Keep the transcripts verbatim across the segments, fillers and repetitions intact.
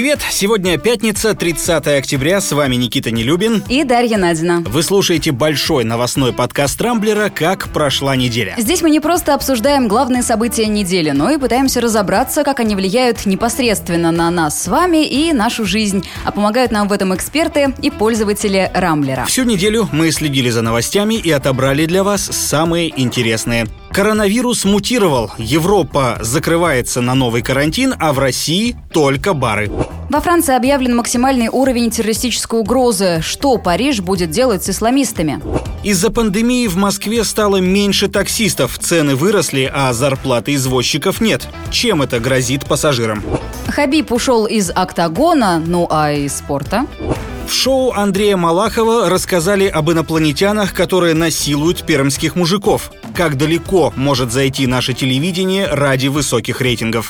привет! Сегодня пятница, тридцатое октября. С вами Никита Нелюбин и Дарья Надина. Вы слушаете большой новостной подкаст Рамблера «Как прошла неделя». Здесь мы не просто обсуждаем главные события недели, но и пытаемся разобраться, как они влияют непосредственно на нас с вами и нашу жизнь. А помогают нам в этом эксперты и пользователи Рамблера. Всю неделю мы следили за новостями и отобрали для вас самые интересные. Коронавирус мутировал. Европа закрывается на новый карантин, а в России только бары. Во Франции объявлен максимальный уровень террористической угрозы. Что Париж будет делать с исламистами? Из-за пандемии в Москве стало меньше таксистов, цены выросли, а зарплаты извозчиков нет. Чем это грозит пассажирам? Хабиб ушел из октагона, ну а из спорта? В шоу Андрея Малахова рассказали об инопланетянах, которые насилуют пермских мужиков. Как далеко может зайти наше телевидение ради высоких рейтингов?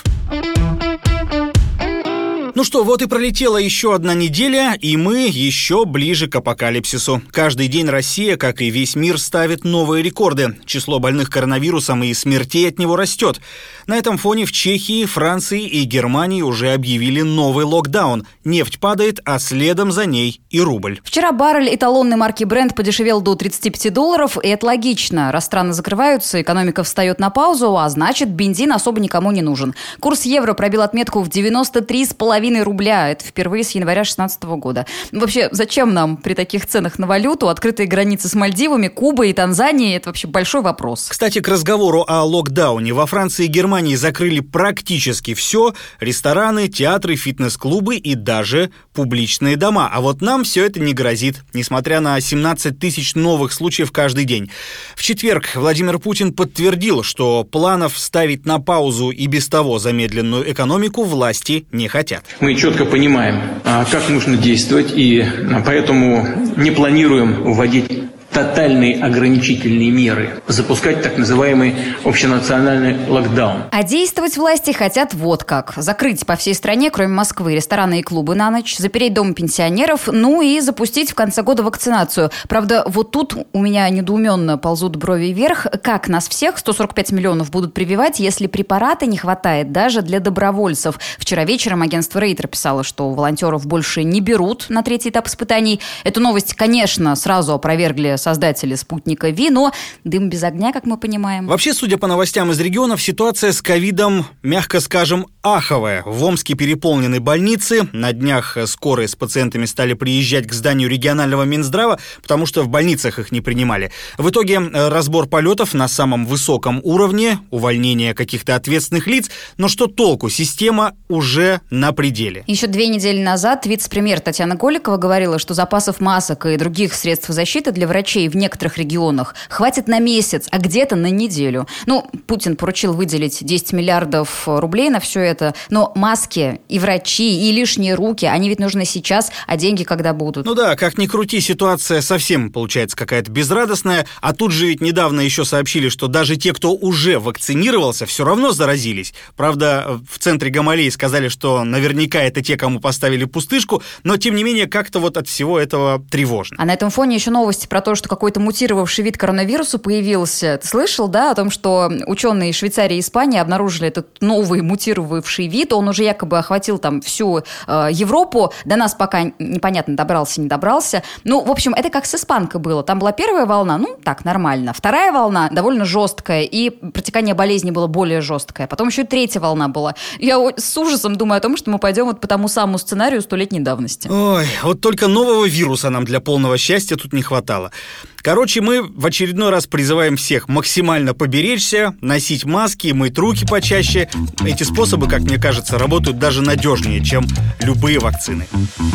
Ну что, вот и пролетела еще одна неделя, и мы еще ближе к апокалипсису. Каждый день Россия, как и весь мир, ставит новые рекорды. Число больных коронавирусом и смертей от него растет. На этом фоне в Чехии, Франции и Германии уже объявили новый локдаун. Нефть падает, а следом за ней и рубль. Вчера баррель эталонной марки Brent подешевел до тридцати пяти долларов, и это логично. Раз страны закрываются, экономика встает на паузу, а значит, бензин особо никому не нужен. Курс евро пробил отметку в девяносто три с половиной рубля. Это впервые с января две тысячи шестнадцатого года. Вообще, зачем нам при таких ценах на валюту открытые границы с Мальдивами, Кубой и Танзанией? Это вообще большой вопрос. Кстати, к разговору о локдауне. Во Франции и Германии закрыли практически все. Рестораны, театры, фитнес-клубы и даже публичные дома. А вот нам все это не грозит, несмотря на семнадцать тысяч новых случаев каждый день. В четверг Владимир Путин подтвердил, что планов ставить на паузу и без того замедленную экономику власти не хотят. Мы четко понимаем, как нужно действовать, и поэтому не планируем вводить тотальные ограничительные меры, запускать так называемый общенациональный локдаун. А действовать власти хотят вот как. Закрыть по всей стране, кроме Москвы, рестораны и клубы на ночь, запереть дом пенсионеров, ну и запустить в конце года вакцинацию. Правда, вот тут у меня недоуменно ползут брови вверх. Как нас всех, сто сорок пять миллионов, будут прививать, если препарата не хватает даже для добровольцев? Вчера вечером агентство Рейтер писало, что волонтеров больше не берут на третий этап испытаний. Эту новость, конечно, сразу опровергли создатели спутника Ви, но дым без огня, как мы понимаем. Вообще, судя по новостям из регионов, ситуация с ковидом, мягко скажем, аховая. В Омске переполнены больницы. На днях скорые с пациентами стали приезжать к зданию регионального Минздрава, потому что в больницах их не принимали. В итоге разбор полетов на самом высоком уровне, увольнение каких-то ответственных лиц. Но что толку? Система уже на пределе. Еще две недели назад вице-премьер Татьяна Голикова говорила, что запасов масок и других средств защиты для врачей в некоторых регионах хватит на месяц, а где-то на неделю. Ну, Путин поручил выделить десять миллиардов рублей на все это, но маски и врачи, и лишние руки, они ведь нужны сейчас, а деньги когда будут? Ну да, как ни крути, ситуация совсем получается какая-то безрадостная, а тут же ведь недавно еще сообщили, что даже те, кто уже вакцинировался, все равно заразились. Правда, в центре Гамалеи сказали, что наверняка это те, кому поставили пустышку, но тем не менее как-то вот от всего этого тревожно. А на этом фоне еще новости про то, что какой-то мутировавший вид коронавируса появился. Ты слышал, да, о том, что ученые из Швейцарии и Испании обнаружили этот новый мутировавший вид. Он уже якобы охватил там всю э, Европу. До нас пока непонятно, добрался, не добрался. Ну, в общем, это как с испанкой было. Там была первая волна, ну, так, нормально. Вторая волна довольно жесткая, и протекание болезни было более жесткое. Потом еще и третья волна была. Я с ужасом думаю о том, что мы пойдем вот по тому самому сценарию столетней давности. Ой, вот только нового вируса нам для полного счастья тут не хватало. Короче, мы в очередной раз призываем всех максимально поберечься, носить маски, мыть руки почаще. Эти способы, как мне кажется, работают даже надежнее, чем любые вакцины.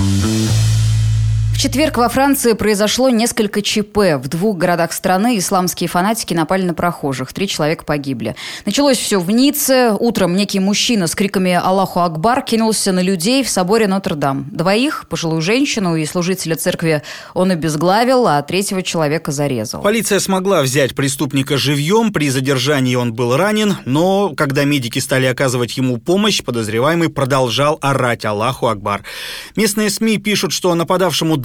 В четверг во Франции произошло несколько ЧП. В двух городах страны исламские фанатики напали на прохожих. Три человека погибли. Началось все в Ницце. Утром некий мужчина с криками «Аллаху Акбар» кинулся на людей в соборе Нотр-Дам. Двоих, пожилую женщину и служителя церкви, он обезглавил, а третьего человека зарезал. Полиция смогла взять преступника живьем. При задержании он был ранен, но когда медики стали оказывать ему помощь, подозреваемый продолжал орать «Аллаху Акбар». Местные СМИ пишут, что нападавшему два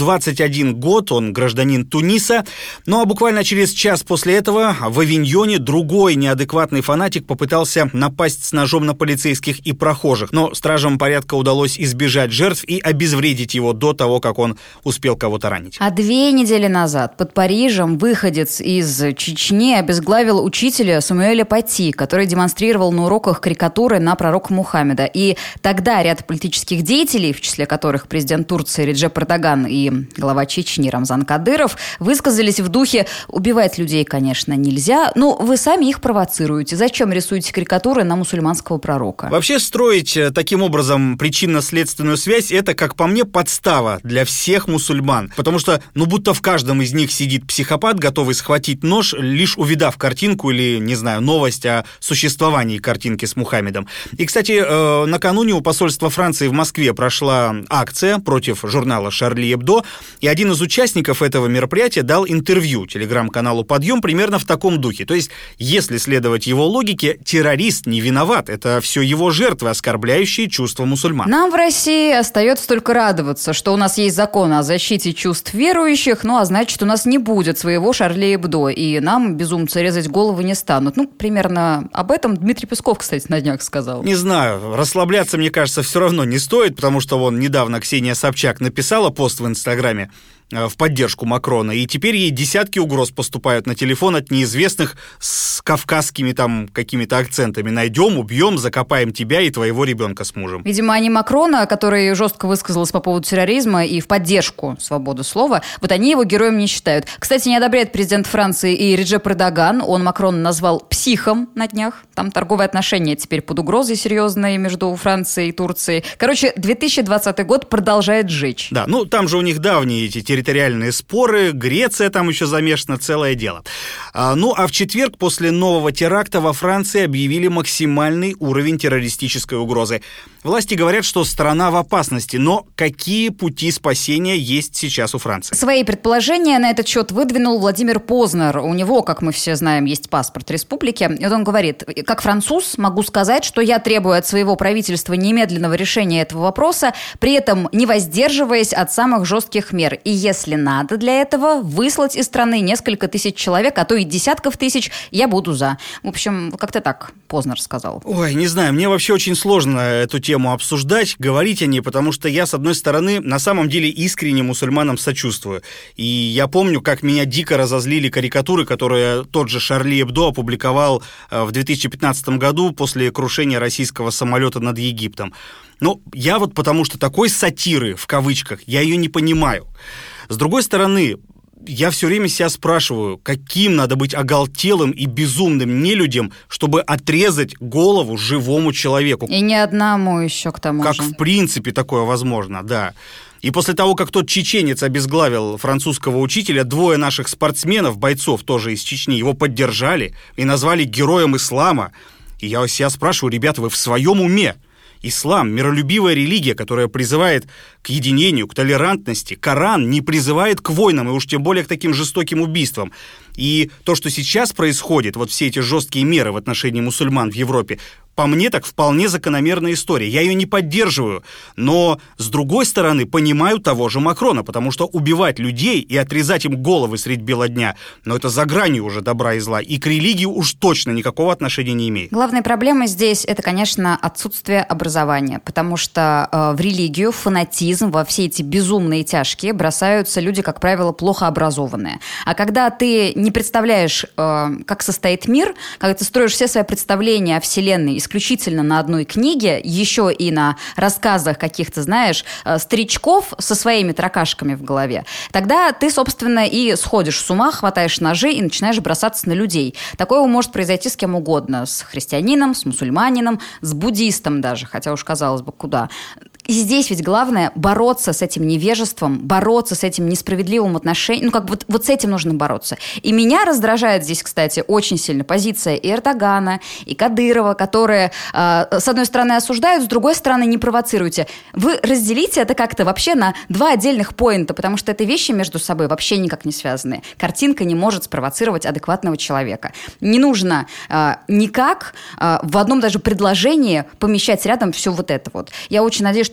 двадцать один год, он гражданин Туниса. Ну а буквально через час после этого в Авиньоне другой неадекватный фанатик попытался напасть с ножом на полицейских и прохожих. Но стражам порядка удалось избежать жертв и обезвредить его до того, как он успел кого-то ранить. А две недели назад под Парижем выходец из Чечни обезглавил учителя Самуэля Пати, который демонстрировал на уроках карикатуры на пророка Мухаммеда. И тогда ряд политических деятелей, в числе которых президент Турции Реджеп Эрдоган и глава Чечни Рамзан Кадыров, высказались в духе: убивать людей, конечно, нельзя, но вы сами их провоцируете. Зачем рисуете карикатуры на мусульманского пророка? Вообще строить таким образом причинно-следственную связь — это, как по мне, подстава для всех мусульман. Потому что, ну, будто в каждом из них сидит психопат, готовый схватить нож, лишь увидав картинку или, не знаю, новость о существовании картинки с Мухаммедом. И, кстати, э, накануне у посольства Франции в Москве прошла акция против журнала «Шарли Эбдо», и один из участников этого мероприятия дал интервью телеграм-каналу «Подъем» примерно в таком духе. То есть, если следовать его логике, террорист не виноват. Это все его жертвы, оскорбляющие чувства мусульман. Нам в России остается только радоваться, что у нас есть закон о защите чувств верующих, ну а значит, у нас не будет своего «Шарли Эбдо», и нам, безумцы, резать головы не станут. Ну, примерно об этом Дмитрий Песков, кстати, на днях сказал. Не знаю, расслабляться, мне кажется, все равно не стоит, потому что вон недавно Ксения Собчак написала пост в Инстаграме в поддержку Макрона, и теперь ей десятки угроз поступают на телефон от неизвестных с кавказскими там какими-то акцентами. Найдем, убьем, закопаем тебя и твоего ребенка с мужем. Видимо, они Макрона, который жестко высказался по поводу терроризма и в поддержку свободы слова, вот они его героем не считают. Кстати, не одобряет президент Франции и Реджеп Эрдоган. Он Макрона назвал психом на днях. Там торговые отношения теперь под угрозой серьезные между Францией и Турцией. Короче, две тысячи двадцатый год продолжает жечь. Да, ну там же у них давние эти территориальные споры, Греция там еще замешана, целое дело. А, ну, а в четверг после нового теракта во Франции объявили максимальный уровень террористической угрозы. Власти говорят, что страна в опасности, но какие пути спасения есть сейчас у Франции? Свои предположения на этот счет выдвинул Владимир Познер. У него, как мы все знаем, есть паспорт республики. И вот он говорит: как француз могу сказать, что я требую от своего правительства немедленного решения этого вопроса, при этом не воздерживаясь от самых жестких мер. И если надо для этого выслать из страны несколько тысяч человек, а то и десятков тысяч, я буду за. В общем, как-то так Познер сказал. Ой, не знаю, мне вообще очень сложно эту тему обсуждать, говорить о ней, потому что я, с одной стороны, на самом деле искренне мусульманам сочувствую. И я помню, как меня дико разозлили карикатуры, которые тот же Шарли Эбдо опубликовал в две тысячи пятнадцатом году после крушения российского самолета над Египтом. Ну, я вот потому что такой сатиры, в кавычках, я ее не понимаю. С другой стороны, я все время себя спрашиваю, каким надо быть оголтелым и безумным нелюдям, чтобы отрезать голову живому человеку. И ни одному еще к тому как же. Как в принципе такое возможно, да. И после того, как тот чеченец обезглавил французского учителя, двое наших спортсменов, бойцов тоже из Чечни, его поддержали и назвали героем ислама. И я себя спрашиваю: ребята, вы в своем уме? Ислам – миролюбивая религия, которая призывает к единению, к толерантности. Коран не призывает к войнам, и уж тем более к таким жестоким убийствам. И то, что сейчас происходит, вот все эти жесткие меры в отношении мусульман в Европе, по мне, так вполне закономерная история. Я ее не поддерживаю, но, с другой стороны, понимаю того же Макрона, потому что убивать людей и отрезать им головы средь бела дня, ну, это за гранью уже добра и зла, и к религии уж точно никакого отношения не имеет. Главная проблема здесь – это, конечно, отсутствие образования, потому что э, в религию, в фанатизм, во все эти безумные тяжкие бросаются люди, как правило, плохо образованные. А когда ты не представляешь, э, как состоит мир, когда ты строишь все свои представления о Вселенной исключительно на одной книге, еще и на рассказах каких-то, знаешь, старичков со своими таракашками в голове, тогда ты, собственно, и сходишь с ума, хватаешь ножи и начинаешь бросаться на людей. Такое может произойти с кем угодно. С христианином, с мусульманином, с буддистом даже, хотя уж казалось бы, куда. И здесь ведь главное бороться с этим невежеством, бороться с этим несправедливым отношением. Ну, как вот, вот с этим нужно бороться. И меня раздражает здесь, кстати, очень сильно позиция и Эрдогана, и Кадырова, которые, э, с одной стороны, осуждают, с другой стороны, не провоцируйте. Вы разделите это как-то вообще на два отдельных поинта, потому что это вещи между собой вообще никак не связаны. Картинка не может спровоцировать адекватного человека. Не нужно э, никак э, в одном даже предложении помещать рядом все вот это вот. Я очень надеюсь, что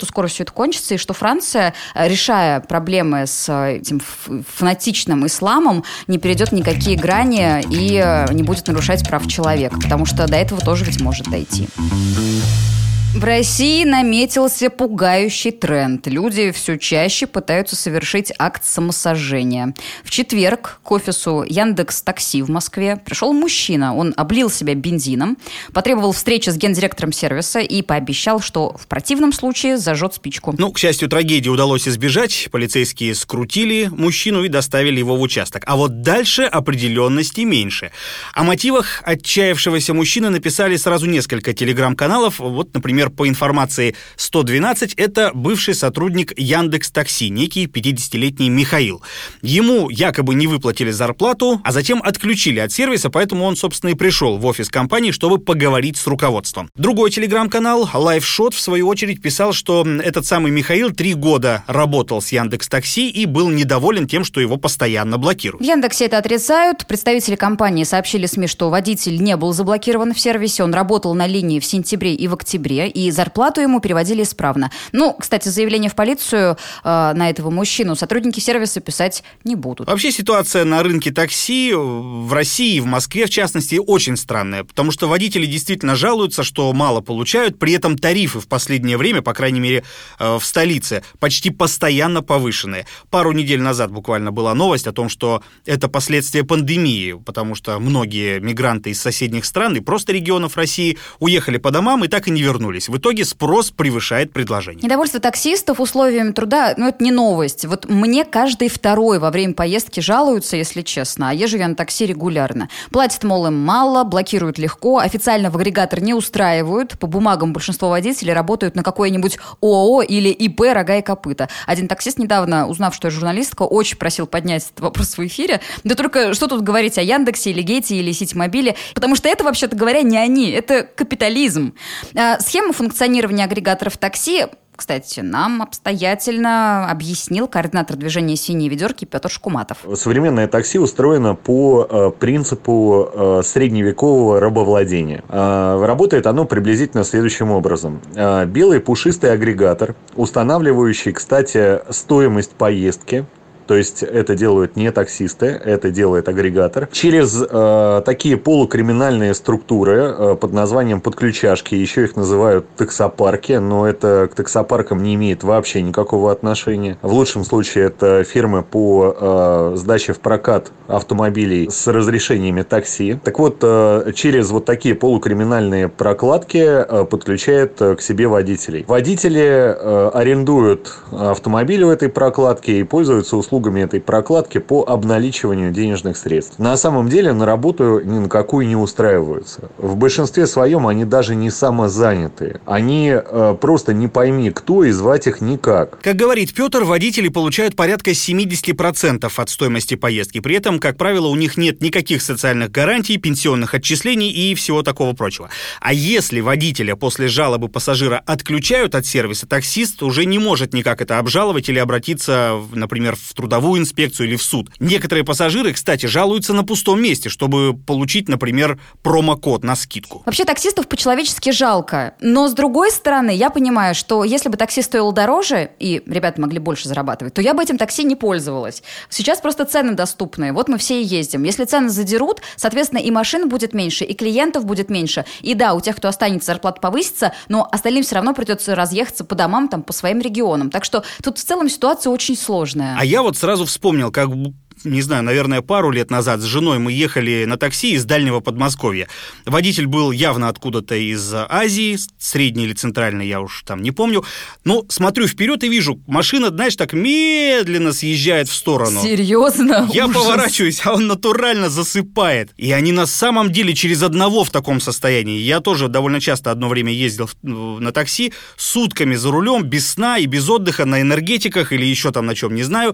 что скоро все это кончится, и что Франция, решая проблемы с этим фанатичным исламом, не перейдет никакие грани и не будет нарушать прав человека, потому что до этого тоже ведь может дойти. В России наметился пугающий тренд. Люди все чаще пытаются совершить акт самосожжения. В четверг к офису Яндекс.Такси в Москве пришел мужчина. Он облил себя бензином, потребовал встречи с гендиректором сервиса и пообещал, что в противном случае зажжет спичку. Ну, к счастью, трагедии удалось избежать. Полицейские скрутили мужчину и доставили его в участок. А вот дальше определенности меньше. О мотивах отчаявшегося мужчины написали сразу несколько телеграм-каналов. Вот, например, по информации сто двенадцать, это бывший сотрудник Яндекс.Такси, некий пятидесятилетний Михаил. Ему якобы не выплатили зарплату, а затем отключили от сервиса, поэтому он, собственно, и пришел в офис компании, чтобы поговорить с руководством. Другой телеграм-канал, LiveShot, в свою очередь, писал, что этот самый Михаил три года работал с Яндекс.Такси и был недоволен тем, что его постоянно блокируют. В Яндексе это отрицают. Представители компании сообщили СМИ, что водитель не был заблокирован в сервисе, он работал на линии в сентябре и в октябре, и зарплату ему переводили исправно. Ну, кстати, заявление в полицию э, на этого мужчину сотрудники сервиса писать не будут. Вообще ситуация на рынке такси в России, в Москве в частности, очень странная, потому что водители действительно жалуются, что мало получают, при этом тарифы в последнее время, по крайней мере, э, в столице, почти постоянно повышенные. Пару недель назад буквально была новость о том, что это последствия пандемии, потому что многие мигранты из соседних стран и просто регионов России уехали по домам и так и не вернулись. В итоге спрос превышает предложение. Недовольство таксистов условиями труда, ну, это не новость. Вот мне каждый второй во время поездки жалуются, если честно, а езжу я на такси регулярно. Платят, мол, им мало, блокируют легко, официально в агрегатор не устраивают, по бумагам большинство водителей работают на какое-нибудь ООО или ИП «Рога и копыта». Один таксист недавно, узнав, что я журналистка, очень просил поднять этот вопрос в эфире. Да только что тут говорить о Яндексе или Гете или Ситимобиле, потому что это, вообще-то говоря, не они, это капитализм. А, схема функционирования агрегаторов такси, кстати, нам обстоятельно объяснил координатор движения «Синие ведерки» Петр Шкуматов. Современное такси устроено по э, принципу э, средневекового рабовладения. Э, работает оно приблизительно следующим образом. Э, белый пушистый агрегатор, устанавливающий, кстати, стоимость поездки, то есть это делают не таксисты, это делает агрегатор. Через э, такие полукриминальные структуры э, под названием подключашки, еще их называют таксопарки, но это к таксопаркам не имеет вообще никакого отношения. В лучшем случае это фирмы по э, сдаче в прокат автомобилей с разрешениями такси. Так вот, э, через вот такие полукриминальные прокладки э, подключают э, к себе водителей. Водители э, арендуют автомобиль в этой прокладке и пользуются услугами услугами этой прокладки по обналичиванию денежных средств. На самом деле на работу ни на какую не устраиваются. В большинстве своем они даже не самозанятые. Они э, просто не пойми кто и звать их никак. Как говорит Петр, водители получают порядка семьдесят процентов от стоимости поездки. При этом, как правило, у них нет никаких социальных гарантий, пенсионных отчислений и всего такого прочего. А если водителя после жалобы пассажира отключают от сервиса, таксист уже не может никак это обжаловать или обратиться, например, в трудовую инспекцию или в суд. Некоторые пассажиры, кстати, жалуются на пустом месте, чтобы получить, например, промокод на скидку. Вообще таксистов по-человечески жалко. Но, с другой стороны, я понимаю, что если бы такси стоило дороже, и ребята могли больше зарабатывать, то я бы этим такси не пользовалась. Сейчас просто цены доступные. Вот мы все и ездим. Если цены задерут, соответственно, и машин будет меньше, и клиентов будет меньше. И да, у тех, кто останется, зарплата повысится, но остальным все равно придется разъехаться по домам, там, по своим регионам. Так что тут в целом ситуация очень сложная. А я вот сразу вспомнил, как, не знаю, наверное, пару лет назад с женой мы ехали на такси из дальнего Подмосковья. Водитель был явно откуда-то из Азии, средней или центральной, я уж там не помню. Но смотрю вперед и вижу, машина, знаешь, так медленно съезжает в сторону. Серьезно? Я Ужас. Поворачиваюсь, а он натурально засыпает. И они на самом деле через одного в таком состоянии. Я тоже довольно часто одно время ездил на такси, сутками за рулем, без сна и без отдыха, на энергетиках или еще там на чем, не знаю.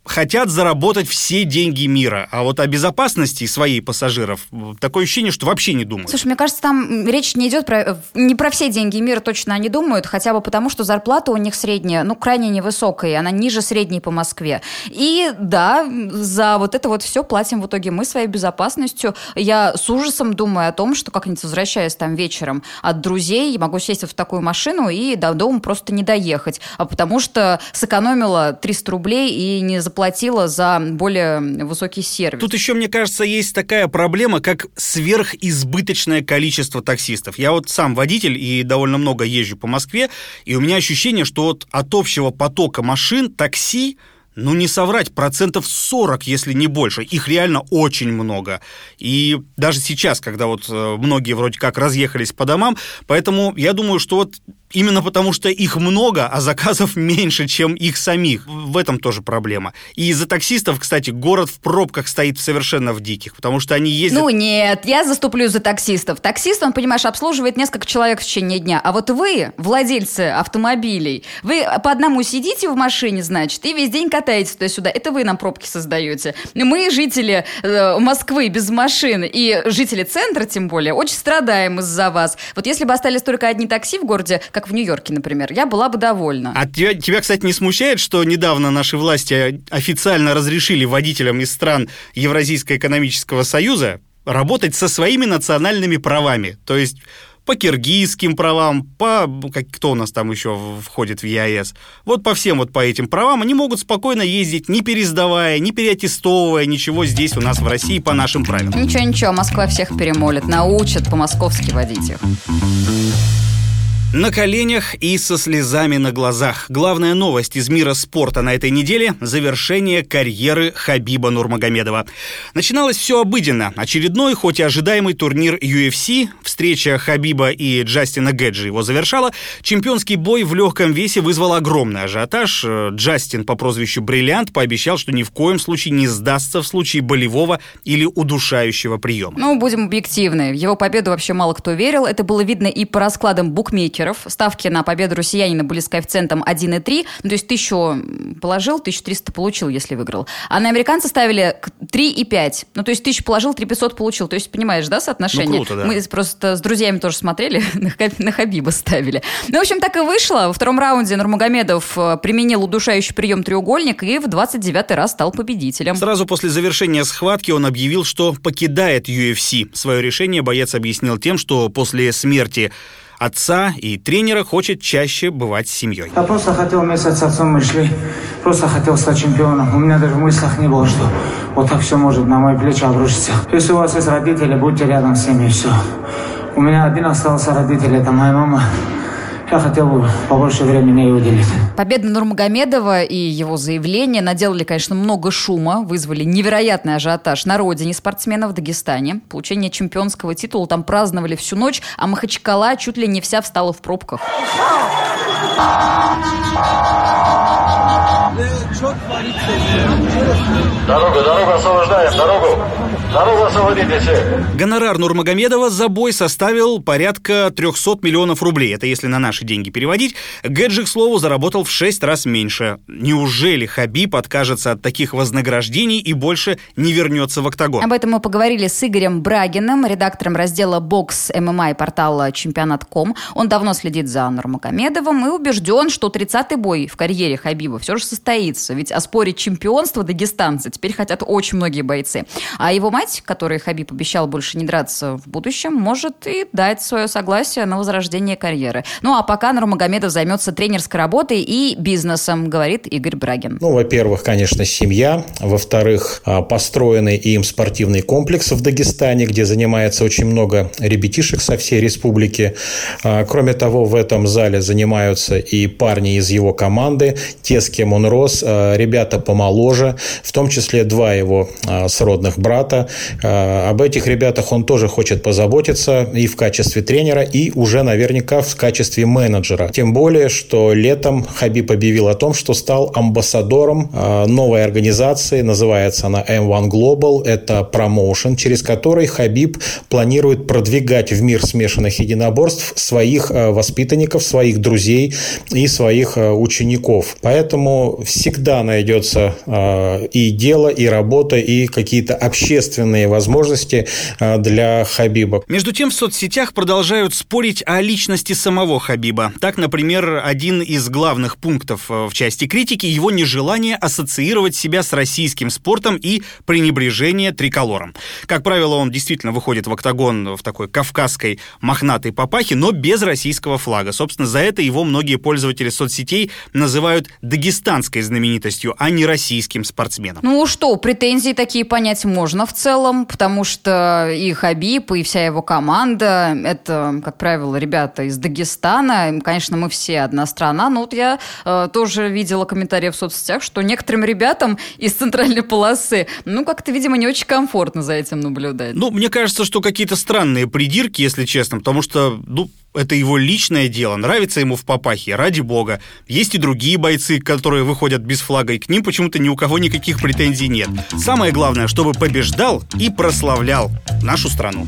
хотят заработать все деньги мира, а вот о безопасности своей пассажиров такое ощущение, что вообще не думают. Слушай, мне кажется, там речь не идет про, не про все деньги мира, точно они думают, хотя бы потому, что зарплата у них средняя, ну, крайне невысокая, она ниже средней по Москве. И да, за вот это вот все платим в итоге мы своей безопасностью. Я с ужасом думаю о том, что как-нибудь возвращаясь там вечером от друзей, могу сесть в такую машину и до дома просто не доехать, а потому что сэкономила триста рублей и не заплатила платила за более высокий сервис. Тут еще, мне кажется, есть такая проблема, как сверхизбыточное количество таксистов. Я вот сам водитель и довольно много езжу по Москве, и у меня ощущение, что вот от общего потока машин такси, ну, не соврать, процентов сорок, если не больше. Их реально очень много. И даже сейчас, когда вот многие вроде как разъехались по домам, поэтому я думаю, что вот именно потому, что их много, а заказов меньше, чем их самих. В этом тоже проблема. И из-за таксистов, кстати, город в пробках стоит совершенно в диких, потому что они ездят... Ну нет, я заступлю за таксистов. Таксист, он, понимаешь, обслуживает несколько человек в течение дня. А вот вы, владельцы автомобилей, вы по одному сидите в машине, значит, и весь день катаетесь туда-сюда. Это вы нам пробки создаете. Мы, жители э, Москвы без машин и жители центра, тем более, очень страдаем из-за вас. Вот если бы остались только одни такси в городе, как в Нью-Йорке, например, я была бы довольна. А тебя, тебя, кстати, не смущает, что недавно наши власти официально разрешили водителям из стран Евразийского экономического союза работать со своими национальными правами? То есть по киргизским правам, по... Как, кто у нас там еще входит в ЕАЭС? Вот по всем вот по этим правам они могут спокойно ездить, не пересдавая, не переаттестовывая ничего здесь у нас в России по нашим правилам. Ничего-ничего, Москва всех перемолит, научат по-московски водить их. На коленях и со слезами на глазах. Главная новость из мира спорта на этой неделе – завершение карьеры Хабиба Нурмагомедова. Начиналось все обыденно. Очередной, хоть и ожидаемый турнир ю эф си, встреча Хабиба и Джастина Гэджи его завершала. Чемпионский бой в легком весе вызвал огромный ажиотаж. Джастин по прозвищу Бриллиант пообещал, что ни в коем случае не сдастся в случае болевого или удушающего приема. Ну, будем объективны. В его победу вообще мало кто верил. Это было видно и по раскладам букмекеров. Ставки на победу россиянина были с коэффициентом один и три. Ну, то есть тысячу положил, тысячу триста получил, если выиграл. А на американца ставили три и пять. Ну, то есть тысячу положил, три пятьсот получил. То есть, понимаешь, да, соотношение? Ну, круто, да. Мы просто с друзьями тоже смотрели, на Хабиба ставили. Ну, в общем, так и вышло. Во втором раунде Нурмагомедов применил удушающий прием треугольник и в двадцать девятый раз стал победителем. Сразу после завершения схватки он объявил, что покидает ю эф си. Свое решение боец объяснил тем, что после смерти отца и тренера хочет чаще бывать с семьей. Я просто хотел вместе с отцом, мы шли, просто хотел стать чемпионом. У меня даже в мыслях не было, что вот так все может на мои плечи обрушиться. Если у вас есть родители, будьте рядом с ними, и все. У меня один остался родитель, это моя мама. Я хотел бы побольше времени ей уделить. Победа Нурмагомедова и его заявление наделали, конечно, много шума, вызвали невероятный ажиотаж на родине спортсменов в Дагестане. Получение чемпионского титула там праздновали всю ночь, а Махачкала чуть ли не вся встала в пробках. Дорогу, дорогу освобождаем, дорогу. Дорогу освободите все. Гонорар Нурмагомедова за бой составил порядка триста миллионов рублей. Это если на наши деньги переводить. Гэджи, к слову, заработал в шесть раз меньше. Неужели Хабиб откажется от таких вознаграждений и больше не вернется в октагон? Об этом мы поговорили с Игорем Брагиным, редактором раздела «Бокс эм эм а» и портала чемпионат точка ком. Он давно следит за Нурмагомедовым и убежден, что тридцатый бой в карьере Хабиба все же состоится. Ведь оспорить чемпионство дагестанцы теперь хотят очень многие бойцы. А его мать, которой Хабиб обещал больше не драться в будущем, может и дать свое согласие на возрождение карьеры. Ну а пока Нурмагомедов займется тренерской работой и бизнесом, говорит Игорь Брагин. Ну, во-первых, конечно, семья. Во-вторых, построенный им спортивный комплекс в Дагестане, где занимается очень много ребятишек со всей республики. Кроме того, в этом зале занимаются и парни из его команды, те, с кем он рос, ребята помоложе, в том числе два его сродных брата, ребята. Об этих ребятах он тоже хочет позаботиться и в качестве тренера, и уже наверняка в качестве менеджера. Тем более, что летом Хабиб объявил о том, что стал амбассадором новой организации. Называется она эм один Global. Это промоушен, через который Хабиб планирует продвигать в мир смешанных единоборств своих воспитанников, своих друзей и своих учеников. Поэтому всегда найдется и дело, и работа, и какие-то общественные возможности для Хабиба. Между тем, в соцсетях продолжают спорить о личности самого Хабиба. Так, например, один из главных пунктов в части критики – его нежелание ассоциировать себя с российским спортом и пренебрежение триколором. Как правило, он действительно выходит в октагон в такой кавказской мохнатой папахе, но без российского флага. Собственно, за это его многие пользователи соцсетей называют дагестанской знаменитостью, а не российским спортсменом. Ну что, претензии такие понять можно в целом, потому что и Хабиб, и вся его команда, это, как правило, ребята из Дагестана. Конечно, мы все одна страна, но вот я э, тоже видела комментарии в соцсетях, что некоторым ребятам из центральной полосы, ну, как-то, видимо, не очень комфортно за этим наблюдать. Ну, мне кажется, что какие-то странные придирки, если честно, потому что, ну, это его личное дело, нравится ему в папахе, ради бога. Есть и другие бойцы, которые выходят без флага, и к ним почему-то ни у кого никаких претензий нет. Самое главное, чтобы побеждал и прославлял нашу страну.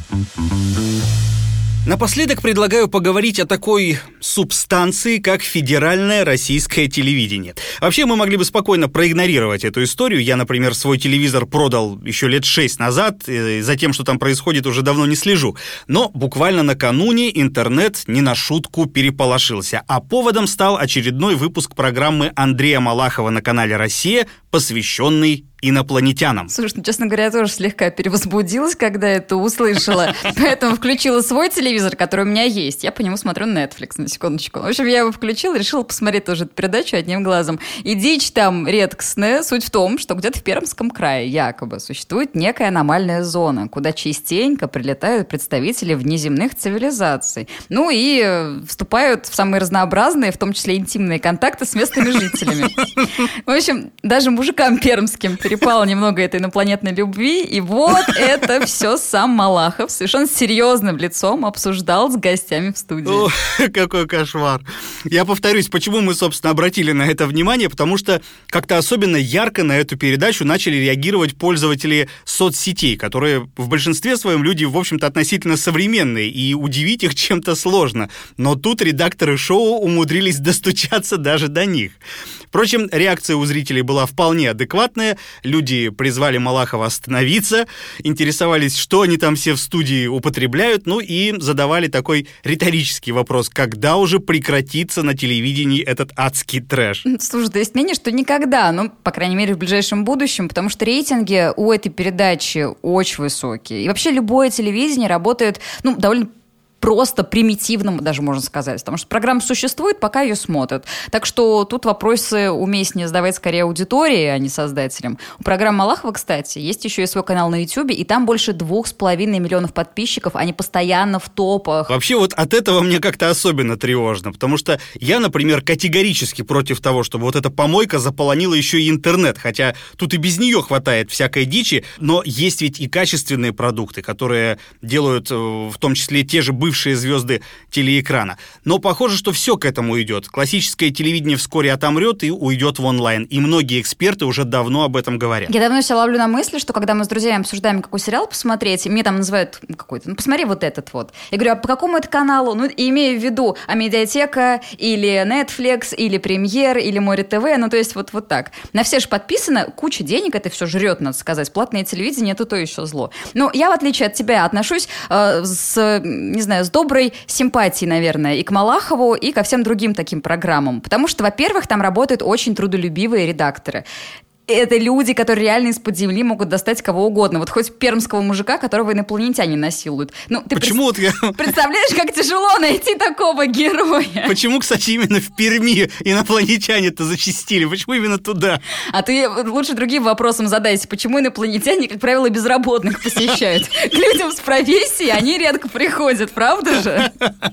Напоследок предлагаю поговорить о такой субстанции, как федеральное российское телевидение. Вообще, мы могли бы спокойно проигнорировать эту историю. Я, например, свой телевизор продал еще лет шесть назад, и за тем, что там происходит, уже давно не слежу. Но буквально накануне интернет не на шутку переполошился. А поводом стал очередной выпуск программы Андрея Малахова на канале «Россия», посвященный инопланетянам. Слушай, ну, честно говоря, я тоже слегка перевозбудилась, когда это услышала. Поэтому включила свой телевизор, который у меня есть. Я по нему смотрю Netflix, на секундочку. В общем, я его включила, решила посмотреть тоже эту передачу одним глазом. И дичь там редкостная. Суть в том, что где-то в Пермском крае якобы существует некая аномальная зона, куда частенько прилетают представители внеземных цивилизаций. Ну и вступают в самые разнообразные, в том числе интимные контакты с местными жителями. В общем, даже мужикам пермским перепало немного этой инопланетной любви, и вот это все сам Малахов совершенно серьезным лицом обсуждал с гостями в студии. О, какой кошмар. Я повторюсь, почему мы, собственно, обратили на это внимание, потому что как-то особенно ярко на эту передачу начали реагировать пользователи соцсетей, которые в большинстве своем люди, в общем-то, относительно современные, и удивить их чем-то сложно. Но тут редакторы шоу умудрились достучаться даже до них. Впрочем, реакция у зрителей была вполне адекватная. Люди призвали Малахова остановиться, интересовались, что они там все в студии употребляют, ну и задавали такой риторический вопрос: когда уже прекратится на телевидении этот адский трэш? Слушай, да есть мнение, что никогда, ну, по крайней мере, в ближайшем будущем, потому что рейтинги у этой передачи очень высокие. И вообще любое телевидение работает, ну, довольно просто примитивным, даже можно сказать. Потому что программа существует, пока ее смотрят. Так что тут вопросы уместнее задавать скорее аудитории, а не создателям. У программы Малахова, кстати, есть еще и свой канал на Ютубе, и там больше двух с половиной миллионов подписчиков. Они постоянно в топах. Вообще вот от этого мне как-то особенно тревожно, потому что я, например, категорически против того, чтобы вот эта помойка заполонила еще и интернет, хотя тут и без нее хватает всякой дичи, но есть ведь и качественные продукты, которые делают в том числе те же бывшие звезды телеэкрана. Но похоже, что все к этому идет. Классическое телевидение вскоре отомрет и уйдет в онлайн. И многие эксперты уже давно об этом говорят. Я давно себя ловлю на мысли, что когда мы с друзьями обсуждаем, какой сериал посмотреть, и мне там называют какой-то, ну, посмотри вот этот вот. Я говорю, а по какому это каналу? Ну, и имею в виду Амедиатека, или Netflix, или Премьер, или Море ТВ, ну, то есть вот, вот так. На все же подписано, куча денег это все жрет, надо сказать. Платное телевидение — это то еще зло. Но я, в отличие от тебя, отношусь э, с, не знаю, с доброй симпатией, наверное, и к Малахову, и ко всем другим таким программам. Потому что, во-первых, там работают очень трудолюбивые редакторы. Это люди, которые реально из-под земли могут достать кого угодно. Вот хоть пермского мужика, которого инопланетяне насилуют. Ну, ты Почему пред... вот я... представляешь, как тяжело найти такого героя? Почему, кстати, именно в Перми инопланетяне-то зачастили? Почему именно туда? А ты лучше другим вопросом задайся. Почему инопланетяне, как правило, безработных посещают? К людям с профессией они редко приходят, правда же?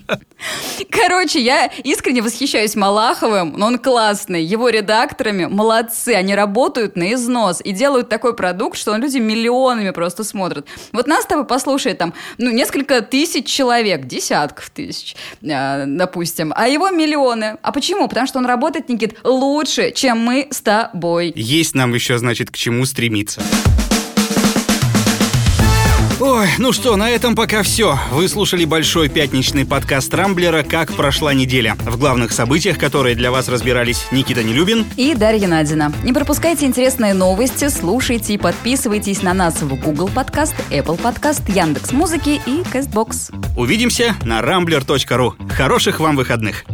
Короче, я искренне восхищаюсь Малаховым, но он классный. Его редакторами молодцы, они работают работают на износ и делают такой продукт, что он люди миллионами просто смотрят. Вот нас с тобой послушает там, ну, несколько тысяч человек, десятков тысяч, э, допустим, а его миллионы. А почему? Потому что он работает, Никит, лучше, чем мы с тобой. Есть нам еще, значит, к чему стремиться. Ой, ну что, на этом пока все. Вы слушали большой пятничный подкаст Рамблера «Как прошла неделя». В главных событиях, которые для вас разбирались Никита Нелюбин и Дарья Надина. Не пропускайте интересные новости, слушайте и подписывайтесь на нас в Google Подкаст, Apple Подкаст, Яндекс.Музыки и Кастбокс. Увидимся на рамблер точка ру. Хороших вам выходных.